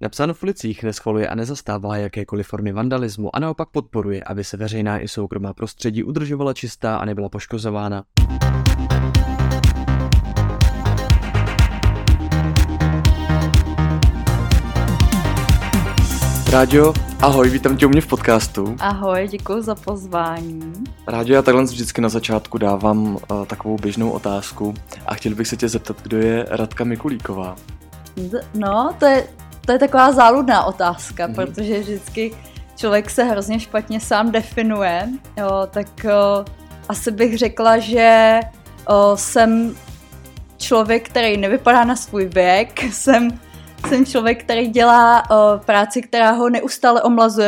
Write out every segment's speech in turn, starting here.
Napsáno v ulicích neschvaluje a nezastává jakékoliv formy vandalismu a naopak podporuje, aby se veřejná i soukromá prostředí udržovala čistá a nebyla poškozována. Ráďo, ahoj, vítám tě u mě v podcastu. Ahoj, děkuji za pozvání. Ráďo, já takhle vždycky na začátku dávám takovou běžnou otázku a chtěl bych se tě zeptat, kdo je Radka Mikulíková? No, to je taková záludná otázka, protože vždycky člověk se hrozně špatně sám definuje, tak asi bych řekla, že jsem člověk, který nevypadá na svůj věk, jsem člověk, který dělá práci, která ho neustále omlazuje,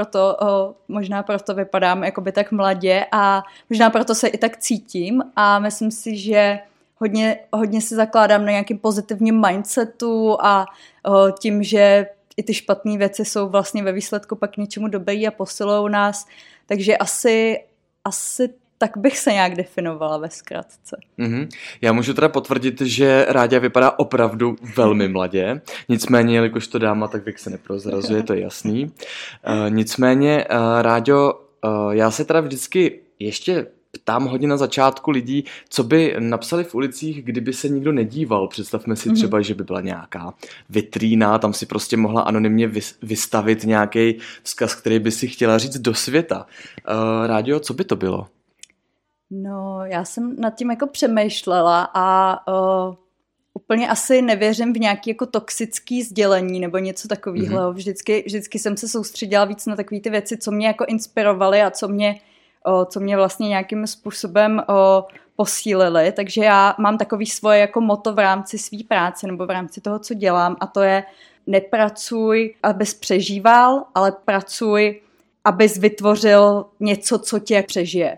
možná proto vypadám jakoby tak mladě a možná proto se i tak cítím a myslím si, že hodně se zakládám na nějakým pozitivním mindsetu a tím, že i ty špatné věci jsou vlastně ve výsledku pak něčemu dobrý a posilujou nás, takže asi tak bych se nějak definovala ve zkratce. Já můžu teda potvrdit, že Ráďa vypadá opravdu velmi mladě, nicméně, jelikož to dáma, tak věk se neprozrazuje, to je jasný. Nicméně, Ráďo, já se teda vždycky ještě ptám hodně na začátku lidí, co by napsali v ulicích, kdyby se nikdo nedíval. Představme si třeba, že by byla nějaká vitrína, tam si prostě mohla anonymně vystavit nějaký vzkaz, který by si chtěla říct do světa. Ráďo, co by to bylo? No, já jsem nad tím jako přemýšlela a úplně asi nevěřím v nějaké jako toxické sdělení nebo něco takového. Vždycky jsem se soustředila víc na takové ty věci, co mě jako inspirovaly a co mě vlastně nějakým způsobem posílily. Takže já mám takový svoje jako motto v rámci své práce nebo v rámci toho, co dělám a to je nepracuj, abys přežíval, ale pracuj, abys vytvořil něco, co tě přežije.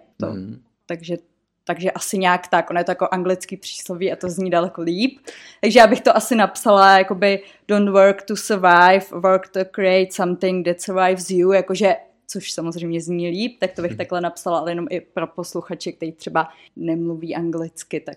Takže asi nějak tak, ono je to jako anglický přísloví a to zní daleko líp. Takže já bych to asi napsala jakoby don't work to survive, work to create something that survives you, jakože, což samozřejmě zní líp, tak to bych takhle napsala, ale jenom i pro posluchače, který třeba nemluví anglicky, tak...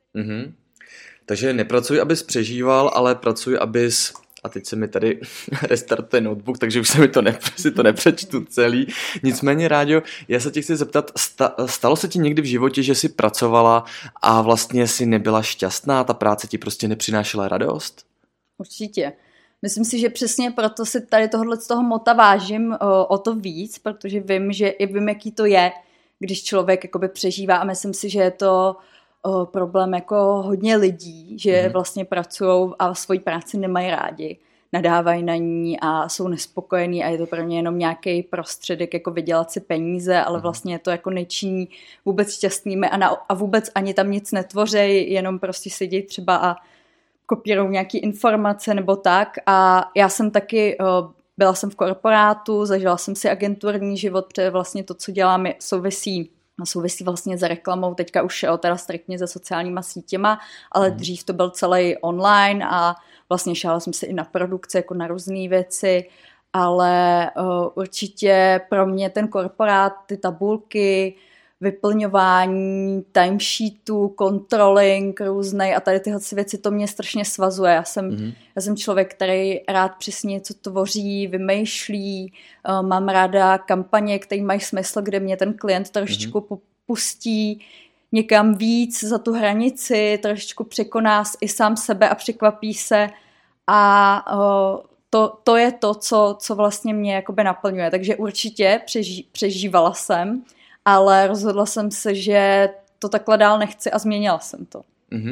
Takže nepracuj, abys přežíval, ale pracuj, abys... A teď se mi tady restartuje notebook, takže už se mi to nepřečtu celý. Nicméně, Ráďo, já se tě chci zeptat, stalo se ti někdy v životě, že jsi pracovala a vlastně si nebyla šťastná, ta práce ti prostě nepřinášela radost? Určitě. Myslím si, že přesně proto si tady tohle z toho mota vážím o to víc, protože vím, jaký to je, když člověk jakoby přežívá a myslím si, že je to problém jako hodně lidí, že vlastně pracujou a svoji práci nemají rádi, nadávají na ní a jsou nespokojení a je to pro ně jenom nějaký prostředek jako vydělat si peníze, ale vlastně je to jako nečiní vůbec šťastnými a vůbec ani tam nic netvoří, jenom prostě sedí třeba a kopírujou nějaké informace nebo tak a já jsem taky byla jsem v korporátu, zažila jsem si agenturní život, protože vlastně to, co dělám, souvisí vlastně s reklamou, teďka už teda striktně se sociálníma sítěma, ale dřív to byl celý online a vlastně šála jsem se i na produkce, jako na různé věci, ale určitě pro mě ten korporát, ty tabulky, vyplňování timesheetů, controlling různej a tady tyhle věci, to mě strašně svazuje. Já jsem člověk, který rád přesně něco tvoří, vymýšlí, mám ráda kampaně, které mají smysl, kde mě ten klient trošičku pustí někam víc za tu hranici, trošičku překoná i sám sebe a překvapí se a to je to, co vlastně mě jakoby naplňuje. Takže určitě přežívala jsem, ale rozhodla jsem se, že to takhle dál nechci a změnila jsem to.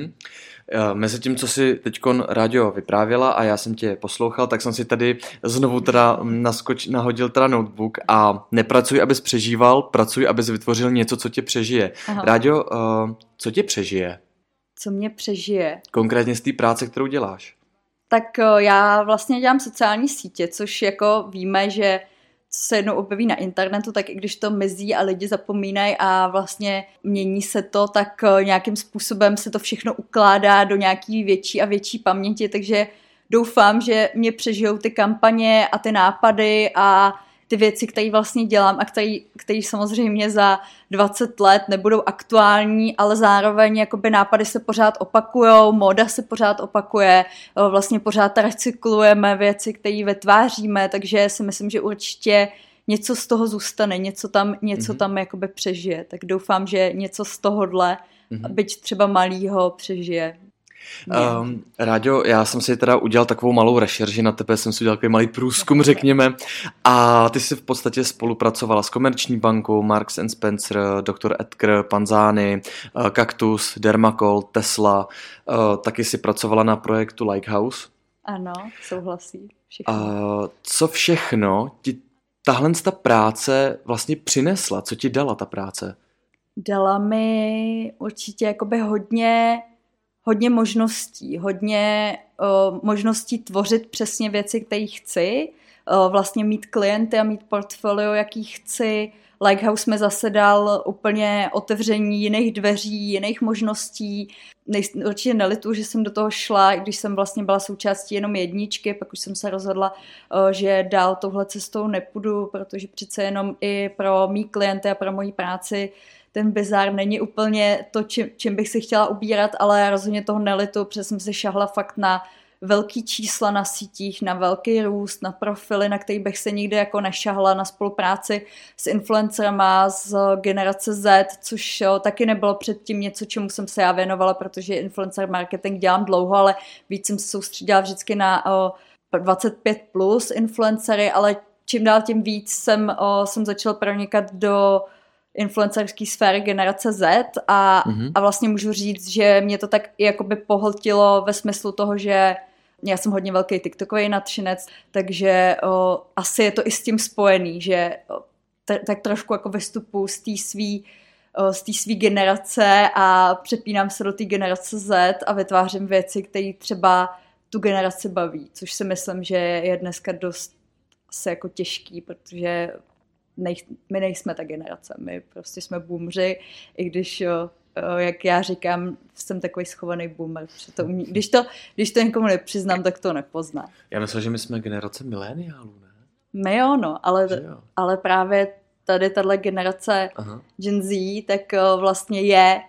Mezi tím, co jsi teďkon, Ráďo, vyprávěla a já jsem tě poslouchal, tak jsem si tady znovu teda nahodil teda notebook a nepracuj, abys přežíval, pracuj, abys vytvořil něco, co tě přežije. Ráďo, co tě přežije? Co mě přežije? Konkrétně z té práce, kterou děláš. Tak já vlastně dělám sociální sítě, což jako víme, že se jednou objeví na internetu, tak i když to mizí a lidi zapomínají a vlastně mění se to, tak nějakým způsobem se to všechno ukládá do nějaký větší a větší paměti, takže doufám, že mě přežijou ty kampaně a ty nápady a ty věci, které vlastně dělám a které samozřejmě za 20 let nebudou aktuální, ale zároveň jakoby nápady se pořád opakujou, móda se pořád opakuje, vlastně pořád recyklujeme věci, které vytváříme, takže si myslím, že určitě něco z toho zůstane, něco tam jakoby přežije. Tak doufám, že něco z tohohle, byť třeba malýho, přežije. Ráďo, já jsem si teda udělal takovou malou rešerži na tebe, jsem si udělal takový malý průzkum, řekněme, a ty jsi v podstatě spolupracovala s Komerční bankou, Marks & Spencer, Dr. Edgar, Panzani, Cactus, Dermacol, Tesla, taky si pracovala na projektu Lighthouse. Ano, souhlasí. Všechno. Co všechno ti tahle práce vlastně přinesla? Co ti dala ta práce? Dala mi určitě jakoby hodně možností, možností tvořit přesně věci, které chci, vlastně mít klienty a mít portfolio, jaký chci. Lighthouse mi zase dal úplně otevření jiných dveří, jiných možností. Určitě nelituju, že jsem do toho šla, i když jsem vlastně byla součástí jenom jedničky, pak už jsem se rozhodla, že dál touhle cestou nepůjdu, protože přece jenom i pro mý klienty a pro moji práci ten bizár není úplně to, čím bych si chtěla ubírat, ale rozhodně toho nelituju, protože jsem se šahla fakt na velký čísla na sítích, na velký růst, na profily, na který bych se nikdy jako nešahla, na spolupráci s influencerama z generace Z, což taky nebylo předtím něco, čemu jsem se já věnovala, protože influencer marketing dělám dlouho, ale víc jsem se soustředila vždycky na 25 plus influencery, ale čím dál tím víc jsem začala pronikat do influencerské sféry generace Z a vlastně můžu říct, že mě to tak jakoby pohltilo ve smyslu toho, že já jsem hodně velký TikTokový nadšenec, takže asi je to i s tím spojený, že tak trošku jako vystupuji z té svý generace a přepínám se do té generace Z a vytvářím věci, které třeba tu generaci baví, což si myslím, že je dneska dost asi jako těžký, protože my nejsme ta generace, my prostě jsme boomři, i když, jak já říkám, jsem takový schovaný boomer. Když to někomu nepřiznám, tak to nepozná. Já myslím, že my jsme generace mileniálů, ne? My jo, no, ale právě tady tahle generace Gen Z, tak vlastně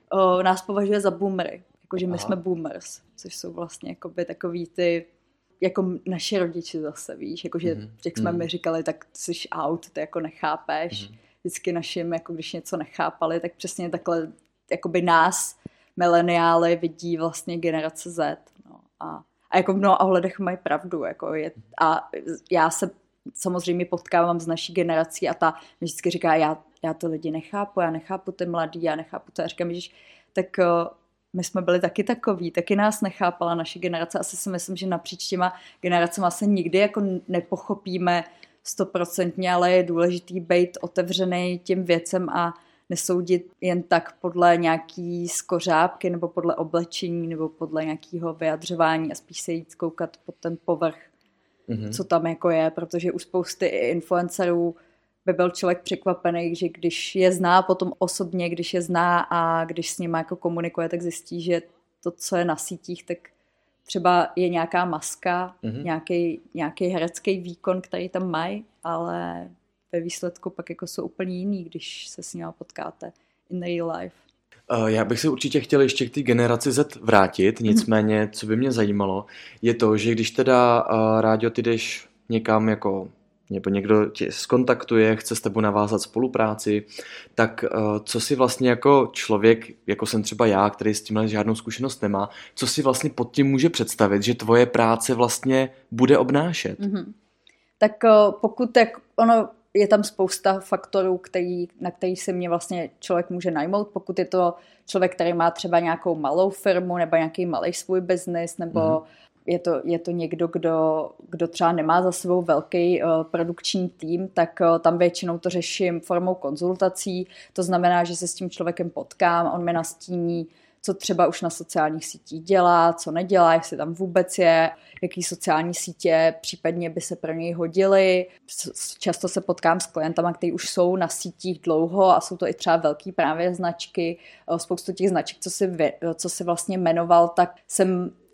nás považuje za boomery. Jakože my jsme boomers, což jsou vlastně jakoby takový ty jako naši rodiči zase, víš, jakože jak jsme mi říkali, tak jsi out, ty jako nechápeš. Vždycky našim, jako když něco nechápali, tak přesně takhle jakoby nás, mileniály, vidí vlastně generace Z. No. A jako v mnoha ohledech mají pravdu. Jako a já se samozřejmě potkávám s naší generací a ta mi vždycky říká, já to lidi nechápu, já nechápu ty mladý, já nechápu to. Já říkám, že tak my jsme byli taky takový, taky nás nechápala naše generace. Asi si myslím, že napříč těma generacema se nikdy jako nepochopíme 100%, ale je důležitý být otevřený těm věcem a nesoudit jen tak podle nějaký skořápky nebo podle oblečení nebo podle nějakého vyjadřování a spíš se jít koukat pod ten povrch, co tam jako je, protože u spousty influencerů by byl člověk překvapený, že když je zná potom osobně, když je zná a když s nimi jako komunikuje, tak zjistí, že to, co je na sítích, tak třeba je nějaká maska, nějaký herecký výkon, který tam mají, ale ve výsledku pak jako jsou úplně jiný, když se s nimi potkáte in real life. Já bych se určitě chtěl ještě k té generaci Z vrátit, nicméně, co by mě zajímalo, je to, že když teda, Ráďo, ty jdeš někam jako nebo někdo tě skontaktuje, chce s tebou navázat spolupráci, tak co si vlastně jako člověk, jako jsem třeba já, který s tímhle žádnou zkušenost nemá, co si vlastně pod tím může představit, že tvoje práce vlastně bude obnášet? Tak pokud je tam spousta faktorů, na který se mě vlastně člověk může najmout, pokud je to člověk, který má třeba nějakou malou firmu nebo nějaký malý svůj biznis, nebo je to někdo, kdo třeba nemá za sebou velký produkční tým, tak tam většinou to řeším formou konzultací. To znamená, že se s tím člověkem potkám, on mi nastíní, co třeba už na sociálních sítích dělá, co nedělá, jestli tam vůbec je, jaký sociální sítě případně by se pro něj hodily. Často se potkám s klientama, kteří už jsou na sítích dlouho a jsou to i třeba velký právě značky. Spoustu těch značek, co si vlastně jmenoval, tak jsem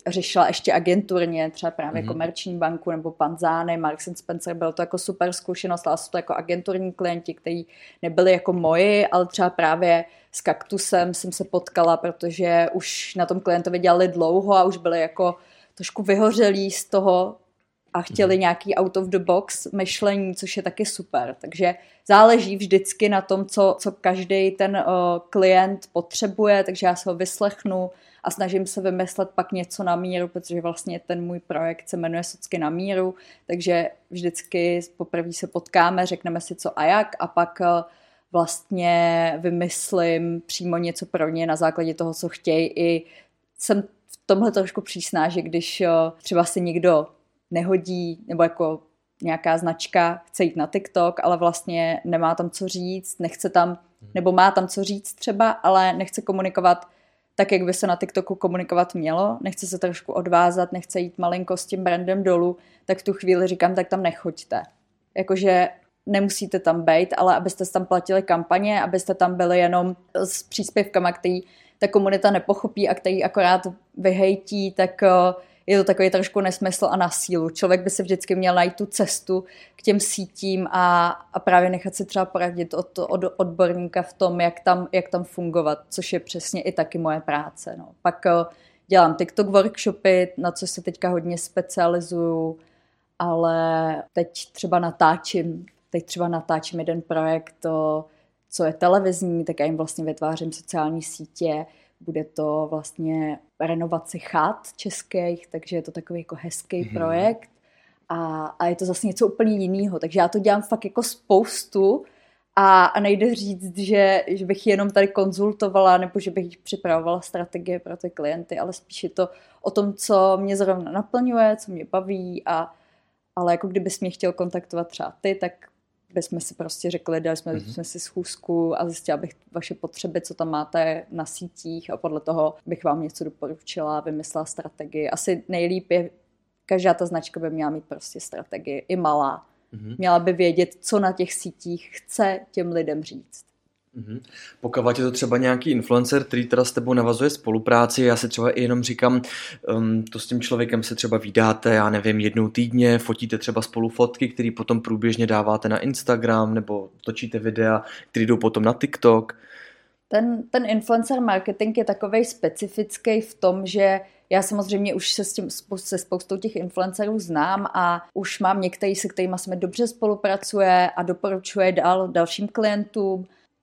řešila ještě agenturně, třeba právě Komerční banku nebo Panzány, Marks & Spencer, bylo to jako super zkušenost, ale jsou to jako agenturní klienti, kteří nebyli jako moji, ale třeba právě s Kaktusem jsem se potkala, protože už na tom klientovi dělali dlouho a už byli jako trošku vyhořelí z toho a chtěli nějaký out of the box myšlení, což je taky super. Takže záleží vždycky na tom, co každý ten klient potřebuje, takže já se ho vyslechnu a snažím se vymyslet pak něco na míru, protože vlastně ten můj projekt se jmenuje Socky na míru, takže vždycky poprvé se potkáme, řekneme si co a jak a pak vlastně vymyslím přímo něco pro ně na základě toho, co chtějí. I jsem v tomhle trošku přísná, že když třeba si někdo nehodí, nebo jako nějaká značka chce jít na TikTok, ale vlastně nemá tam co říct, nechce tam, nebo má tam co říct třeba, ale nechce komunikovat tak, jak by se na TikToku komunikovat mělo, nechce se trošku odvázat, nechce jít malinko s tím brandem dolů, tak v tu chvíli říkám, tak tam nechoďte. Jakože nemusíte tam být, ale abyste tam platili kampaně, abyste tam byli jenom s příspěvkama, který ta komunita nepochopí a který akorát vyhejtí, tak je to takový trošku nesmysl a na sílu. Člověk by si vždycky měl najít tu cestu k těm sítím a právě nechat si třeba poradit od odborníka v tom, jak tam fungovat, což je přesně i taky moje práce. No. Pak dělám TikTok workshopy, na co se teďka hodně specializuju, ale teď třeba natáčím jeden projekt, co je televizní, tak já jim vlastně vytvářím sociální sítě. Bude to vlastně renovace chat českých, takže je to takový jako hezký projekt a je to zase něco úplně jiného. Takže já to dělám fakt jako spoustu a nejde říct, že bych jenom tady konzultovala nebo že bych připravovala strategie pro ty klienty, ale spíš je to o tom, co mě zrovna naplňuje, co mě baví ale jako kdybys mě chtěl kontaktovat třeba ty, tak bychom si prostě řekli, dali jsme si schůzku a zjistila bych vaše potřeby, co tam máte na sítích a podle toho bych vám něco doporučila, vymyslela strategii. Asi nejlíp je, každá ta značka by měla mít prostě strategii, i malá. Měla by vědět, co na těch sítích chce těm lidem říct. Pokud je to třeba nějaký influencer, který teda s tebou navazuje spolupráci, já si třeba i jenom říkám, to s tím člověkem se třeba vídáte, já nevím, jednou týdně, fotíte třeba spolu fotky, které potom průběžně dáváte na Instagram, nebo točíte videa, které jdou potom na TikTok. Ten influencer marketing je takovej specifický v tom, že já samozřejmě už se spoustou těch influencerů znám a už mám některý, se kterými se mi dobře spolupracuje a doporučuje dalším klientům,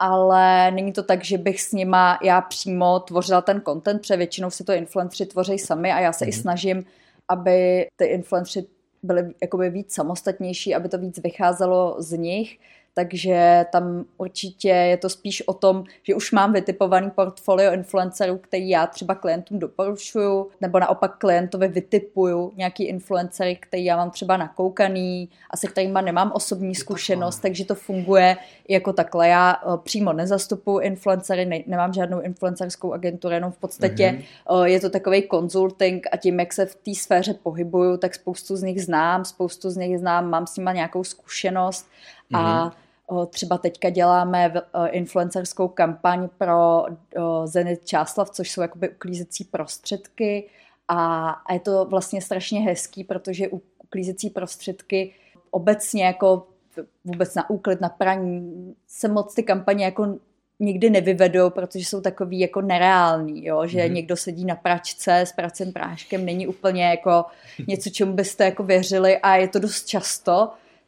ale není to tak, že bych s nima já přímo tvořila ten content, protože většinou si to influenceri tvoří sami a já se i snažím, aby ty influenceri byli jakoby víc samostatnější, aby to víc vycházelo z nich, takže tam určitě je to spíš o tom, že už mám vytipovaný portfolio influencerů, který já třeba klientům doporučuju, nebo naopak klientovi vytipuju nějaký influencery, který já mám třeba nakoukaný a se kterýma nemám osobní zkušenost, takže to funguje jako takhle. Já přímo nezastupuju influencery, nemám žádnou influencerskou agenturu, jenom v podstatě je to takovej consulting a tím, jak se v té sféře pohybuju, tak spoustu z nich znám, mám s nima nějakou zkušenost a třeba teďka děláme influencerskou kampaň pro Zenit Čáslav, což jsou jakoby uklízecí prostředky a je to vlastně strašně hezký, protože uklízecí prostředky obecně jako vůbec na úklid, na praní se moc ty kampaně jako nikdy nevyvedou, protože jsou takový jako nereální, jo? Že někdo sedí na pračce s pracím práškem, není úplně jako něco, čemu byste jako věřili a je to dost často.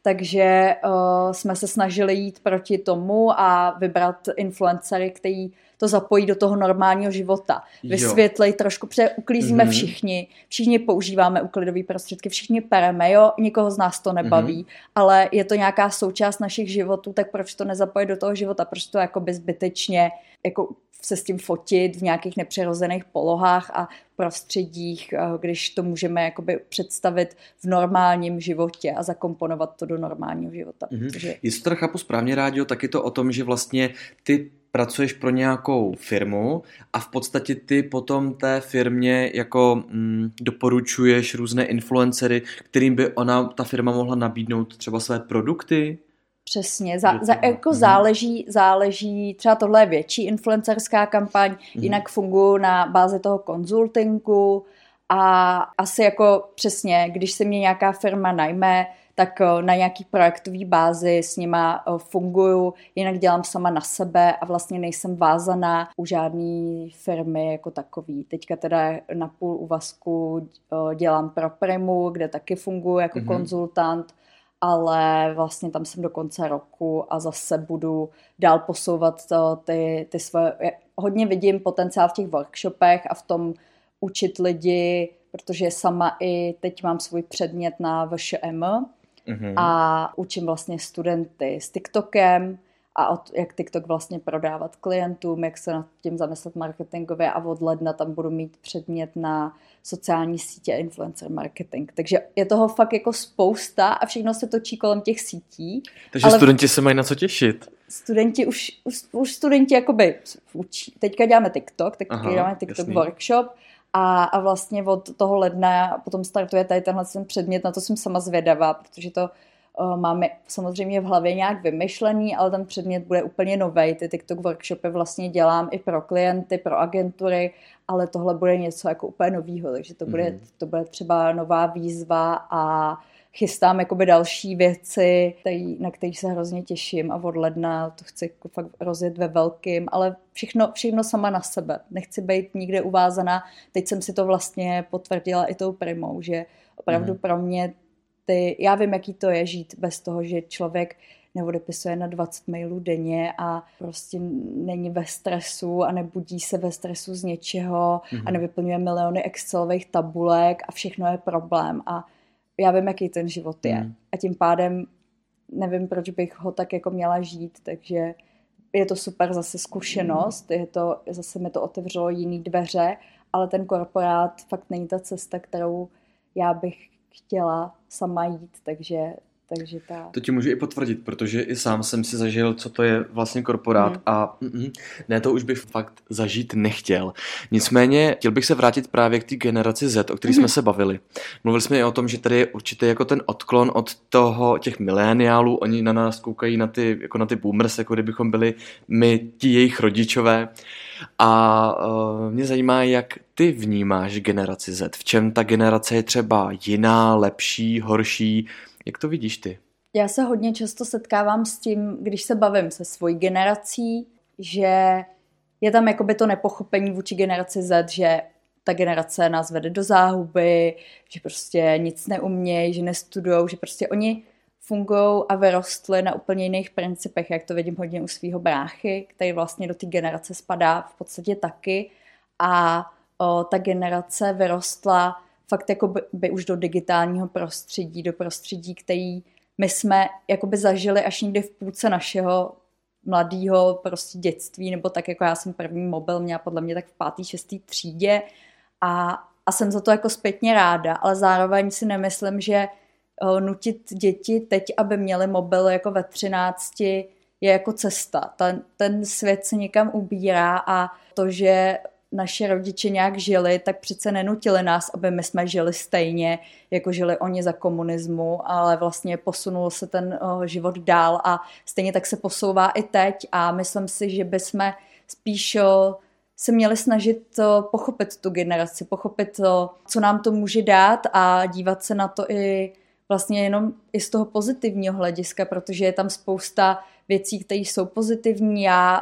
Takže jsme se snažili jít proti tomu a vybrat influencery, který to zapojí do toho normálního života. Vysvětlej trošku, protože uklízíme všichni používáme uklidové prostředky, všichni pereme, jo, nikoho z nás to nebaví, ale je to nějaká součást našich životů, tak proč to nezapojit do toho života, proč to jakoby zbytečně jako se s tím fotit v nějakých nepřirozených polohách a prostředích, když to můžeme jakoby představit v normálním životě a zakomponovat to do normálního života. Protože... Jestli to chápu správně, Rádio, tak je to o tom, že vlastně ty pracuješ pro nějakou firmu a v podstatě ty potom té firmě jako doporučuješ různé influencery, kterým by ta firma mohla nabídnout třeba své produkty? Přesně, záleží, třeba tohle je větší influencerská kampaň, jinak funguji na bázi toho konzultingu A asi jako přesně, když se mě nějaká firma najme, tak na nějaký projektový bázi s nima funguju, jinak dělám sama na sebe a vlastně nejsem vázaná u žádné firmy jako takový. Teďka teda na půl úvazku dělám pro Primu, kde taky funguji jako konzultant, ale vlastně tam jsem do konce roku a zase budu dál posouvat ty svoje... Hodně vidím potenciál v těch workshopech a v tom učit lidi, protože sama i teď mám svůj předmět na VŠM a učím vlastně studenty s TikTokem a jak TikTok vlastně prodávat klientům, jak se nad tím zamyslet marketingově a od ledna tam budu mít předmět na sociální sítě a influencer marketing. Takže je toho fakt jako spousta a všechno se točí kolem těch sítí. Takže studenti se mají na co těšit. Studenti už studenti jakoby učí. Teďka děláme TikTok, děláme TikTok workshop a vlastně od toho ledna potom startuje tady tenhle předmět, na to jsem sama zvědavá, protože to máme samozřejmě v hlavě nějak vymyšlený, ale ten předmět bude úplně novej. Ty TikTok workshopy vlastně dělám i pro klienty, pro agentury, ale tohle bude něco jako úplně novýho, takže to bude třeba nová výzva a chystám jakoby další věci, na které se hrozně těším a od ledna to chci jako fakt rozjet ve velkým, ale všechno sama na sebe. Nechci být nikde uvázaná. Teď jsem si to vlastně potvrdila i tou Primou, že opravdu pro mě já vím, jaký to je žít bez toho, že člověk neodepisuje na 20 mailů denně a prostě není ve stresu a nebudí se ve stresu z něčeho a nevyplňuje miliony excelových tabulek a všechno je problém a já vím, jaký ten život je. A tím pádem nevím, proč bych ho tak jako měla žít, takže je to super zase zkušenost, zase mi to otevřelo jiný dveře, ale ten korporát fakt není ta cesta, kterou já bych chtěla sama jít, takže To ti můžu i potvrdit, protože i sám jsem si zažil, co to je vlastně korporát a ne, to už bych fakt zažít nechtěl. Nicméně chtěl bych se vrátit právě k té generaci Z, o které jsme se bavili. Mluvili jsme i o tom, že tady je určitě jako ten odklon od těch mileniálů, oni na nás koukají na ty boomers, jako kdybychom byli my, ti jejich rodičové. A mě zajímá, jak ty vnímáš generaci Z. V čem ta generace je třeba jiná, lepší, horší? Jak to vidíš ty? Já se hodně často setkávám s tím, když se bavím se svojí generací, že je tam jakoby to nepochopení vůči generaci Z, že ta generace nás vede do záhuby, že prostě nic neumějí, že nestudujou, že prostě oni fungují a vyrostli na úplně jiných principech, jak to vidím hodně u svého bráchy, který vlastně do té generace spadá v podstatě taky a ta generace vyrostla fakt jako by už do digitálního prostředí, do prostředí, který my jsme jakoby zažili až někdy v půlce našeho mladého prostě dětství, nebo tak jako já jsem první mobil měla podle mě tak v 5., 6. třídě a jsem za to jako zpětně ráda, ale zároveň si nemyslím, že nutit děti teď, aby měli mobil jako ve 13, je jako cesta. Ten svět se někam ubírá a to, že naše rodiče nějak žili, tak přece nenutili nás, aby my jsme žili stejně, jako žili oni za komunismu, ale vlastně posunul se ten život dál a stejně tak se posouvá i teď a myslím si, že bychom spíš se měli snažit pochopit tu generaci, pochopit, co nám to může dát a dívat se na to i vlastně jenom i z toho pozitivního hlediska, protože je tam spousta věcí, které jsou pozitivní. Já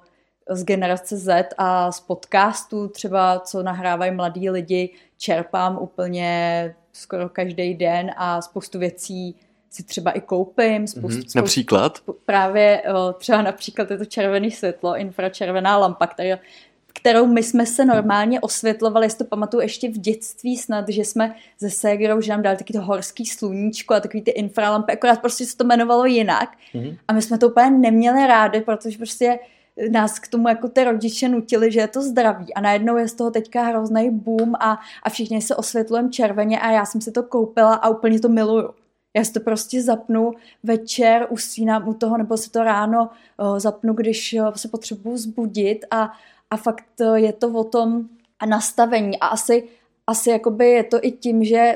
z generace Z a z podcastů třeba, co nahrávají mladí lidi, čerpám úplně skoro každý den a spoustu věcí si třeba i koupím. Například? Právě třeba například je to červené světlo, infračervená lampa, kterou my jsme se normálně osvětlovali, jestli to pamatuju ještě v dětství snad, že jsme se ségrou, že nám dali taky to horský sluníčko a takový ty infralampy, akorát prostě se to jmenovalo jinak a my jsme to úplně neměli rádi, protože prostě nás k tomu jako ty rodiče nutili, že je to zdraví a najednou je z toho teďka hrozný boom a všichni se osvětlujeme červeně a já jsem si to koupila a úplně to miluju. Já si to prostě zapnu večer, usínám u toho, nebo si to ráno zapnu, když se potřebuji vzbudit a fakt je to o tom nastavení a asi jakoby je to i tím, že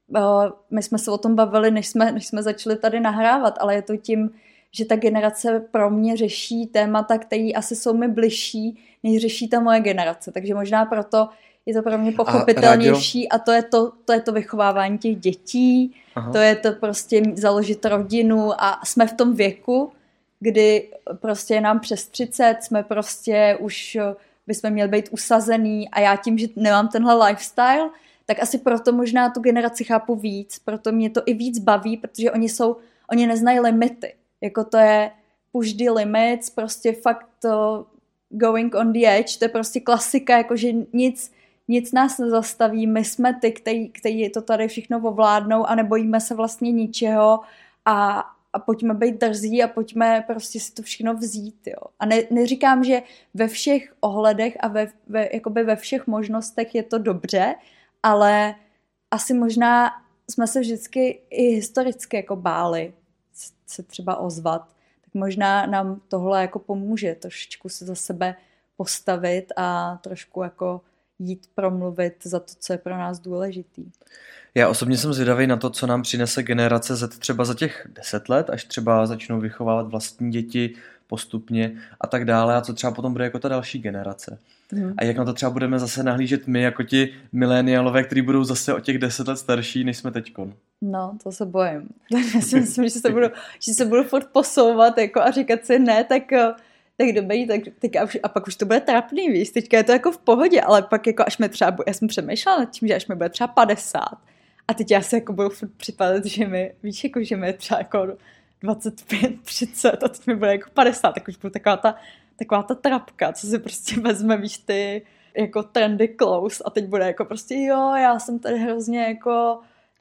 my jsme se o tom bavili, než jsme začali tady nahrávat, ale je to tím, že ta generace pro mě řeší témata, které asi jsou mi bližší, než řeší ta moje generace. Takže možná proto je to pro mě pochopitelnější a to je to vychovávání těch dětí, to je to prostě založit rodinu a jsme v tom věku, kdy prostě je nám přes 30, jsme prostě už bychom měli být usazený a já tím, že nemám tenhle lifestyle, tak asi proto možná tu generaci chápu víc, proto mě to i víc baví, protože oni neznají limity. Jako to je push the limits, prostě fakt to going on the edge, to je prostě klasika, jakože nic nás nezastaví, my jsme ty, kteří to tady všechno ovládnou a nebojíme se vlastně ničeho a pojďme být drzí a pojďme prostě si to všechno vzít. Jo. A neříkám, že ve všech ohledech a jakoby ve všech možnostech je to dobře, ale asi možná jsme se vždycky i historicky jako báli se třeba ozvat. Tak možná nám tohle jako pomůže trošičku se za sebe postavit a trošku jako jít promluvit za to, co je pro nás důležitý. Já osobně jsem zvědavý na to, co nám přinese generace Z třeba za těch 10 let, až třeba začnou vychovávat vlastní děti postupně a tak dále a co třeba potom bude jako ta další generace. A jak na to třeba budeme zase nahlížet my jako ti mileniálové, kteří budou zase o těch 10 let starší, než jsme teďkon. No, to se bojím. Já si myslím, že se budu furt posouvat jako a říkat si ne, tak dobrý, tak a pak už to bude trapný, víš, teďka je to jako v pohodě, ale pak jako až mi třeba, já jsem přemýšlela nad tím, že až mi bude třeba 50 a teď já se jako budu furt připadat, že mi, víš, jako že mi je třeba jako 25, 30 a teď mi bude jako 50, tak už budu taková ta trapka, co si prostě vezme, víš, ty jako trendy clothes a teď bude jako prostě já jsem tady hrozně jako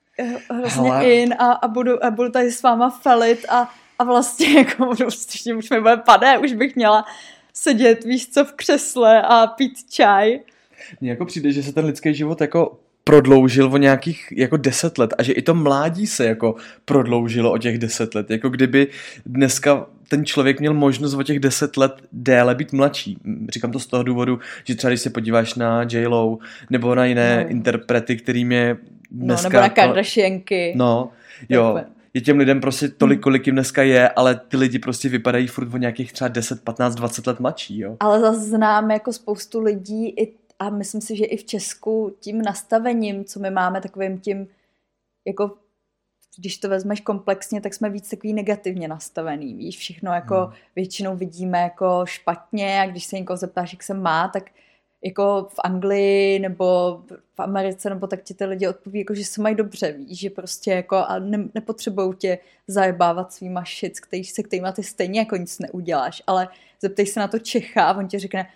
in a budu tady s váma felit a vlastně jako prostě už mi bude padé, už bych měla sedět, víš co, v křesle a pít čaj. Mně jako přijde, že se ten lidský život jako prodloužil o nějakých jako 10 let a že i to mládí se jako prodloužilo o těch 10 let. Jako kdyby dneska ten člověk měl možnost o těch 10 let déle být mladší. Říkám to z toho důvodu, že třeba když se podíváš na J.Lo nebo na jiné interprety, kterým je dneska... nebo na Kardashianky. No, jo. Je těm lidem prostě tolik, kolik jim dneska je, ale ty lidi prostě vypadají furt o nějakých třeba 10, 15, 20 let mladší, jo. Ale zase znám jako spoustu lidí a myslím si, že i v Česku tím nastavením, co my máme, takovým tím, jako když to vezmeš komplexně, tak jsme víc takový negativně nastavený, víš, všechno jako většinou vidíme jako špatně a když se někoho zeptáš, jak se má, tak jako v Anglii nebo v Americe, nebo tak ti ty lidi odpoví, jako, že se mají dobře, víš, že prostě jako a nepotřebujou tě zajebávat svýma shit, se kterýma ty stejně jako nic neuděláš, ale zeptej se na to Čecha a on ti řekne,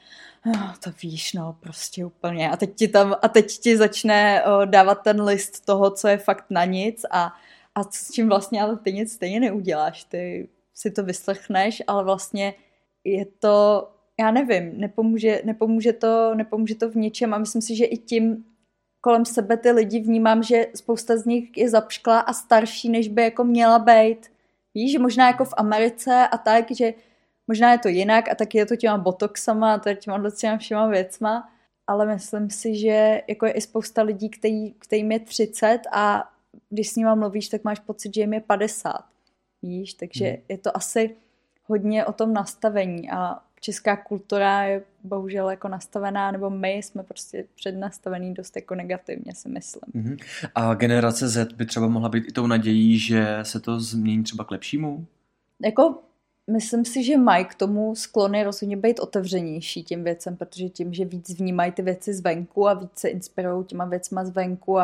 to víš, no, prostě úplně. A teď ti začne dávat ten list toho, co je fakt na nic a s čím vlastně ale ty nic stejně neuděláš. Ty si to vyslechneš, ale vlastně je to, já nevím, nepomůže to v ničem a myslím si, že i tím kolem sebe ty lidi vnímám, že spousta z nich je zapšklá a starší, než by jako měla být. Víš, že možná jako v Americe a tak, že možná je to jinak a taky je to těma botoxama a těma všema věcma, ale myslím si, že jako je i spousta lidí, kterým je 30 a když s nima mluvíš, tak máš pocit, že jim je 50. Víš, takže je to asi hodně o tom nastavení a česká kultura je bohužel jako nastavená, nebo my jsme prostě přednastavený dost jako negativně, si myslím. A generace Z by třeba mohla být i tou nadějí, že se to změní třeba k lepšímu? Jako myslím si, že mají k tomu sklony rozhodně být otevřenější těm věcem, protože tím, že víc vnímají ty věci zvenku a víc se inspirují těma věcma zvenku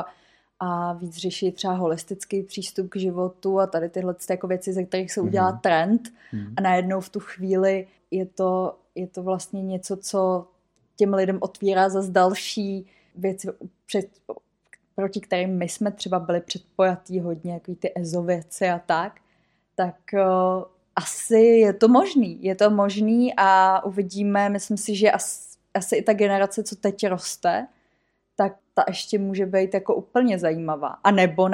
a víc řeší třeba holistický přístup k životu a tady tyhle jako věci, ze kterých se udělá trend a najednou v tu chvíli je to vlastně něco, co těm lidem otvírá zase další věci, proti kterým my jsme třeba byli předpojatý hodně, jako ty EZO věci a tak asi je to možný a uvidíme, myslím si, že asi i ta generace, co teď roste, tak ta ještě může být jako úplně zajímavá. A nebo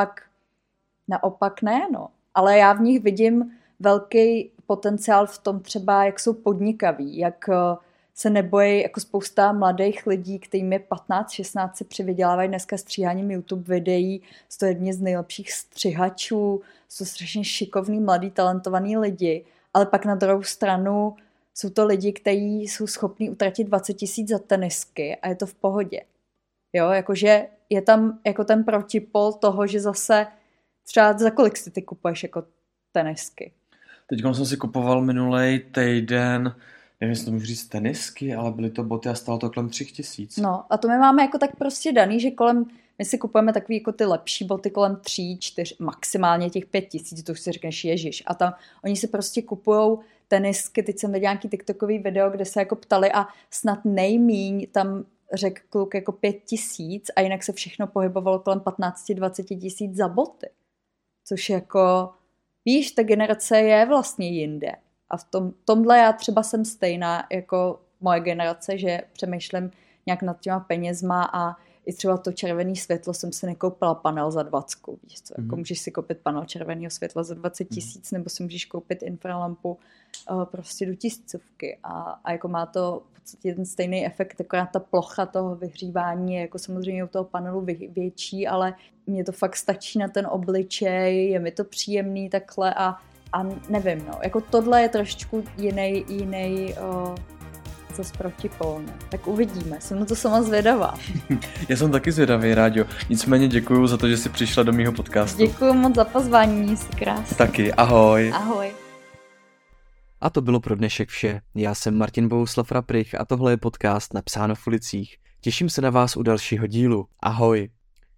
naopak ne, no. Ale já v nich vidím velký potenciál v tom třeba, jak jsou podnikaví, jak se nebojí jako spousta mladých lidí, kterým je 15-16, se přivydělávají dneska stříháním YouTube videí, jsou to jedni z nejlepších střihačů, jsou strašně šikovní, mladí, talentovaní lidi, ale pak na druhou stranu jsou to lidi, kteří jsou schopní utratit 20 000 za tenisky a je to v pohodě. Jo, jakože je tam jako ten protipol toho, že zase třeba za kolik si ty kupuješ jako tenisky? Teď jsem si kupoval minulej týden, nevím, jestli to můžu říct tenisky, ale byly to boty a stálo to kolem 3000. No a to my máme jako tak prostě daný, že my si kupujeme takový jako ty lepší boty kolem 3, 4, maximálně těch 5000, to už si řekneš ježiš. A tam oni si prostě kupujou tenisky, teď jsem viděla nějaký tiktokový video, kde se jako ptali a snad nejmíň tam řekl kluk jako 5000 a jinak se všechno pohybovalo kolem 15-20 tisíc za boty. Což jako, víš, ta generace je vlastně jinde. A v tomhle já třeba jsem stejná jako moje generace, že přemýšlím nějak nad těma penězma a i třeba to červené světlo jsem si nekoupila panel za 20, víš co, jako můžeš si koupit panel červeného světla za 20 000, nebo si můžeš koupit infralampu prostě do 1000 a jako má to v podstatě ten stejný efekt, akorát ta plocha toho vyhřívání je jako samozřejmě u toho panelu větší, ale mně to fakt stačí na ten obličej, je mi to příjemný takhle a nevím, no, jako tohle je trošičku jiný zase protipolné. Tak uvidíme, jsem na to sama zvědavá. Já jsem taky zvědavý, Ráďo. Nicméně děkuju za to, že jsi přišla do mýho podcastu. Děkuju moc za pozvání, jsi krásný. Taky, ahoj. Ahoj. A to bylo pro dnešek vše. Já jsem Martin Bohuslav Raprych a tohle je podcast Napsáno v ulicích. Těším se na vás u dalšího dílu. Ahoj.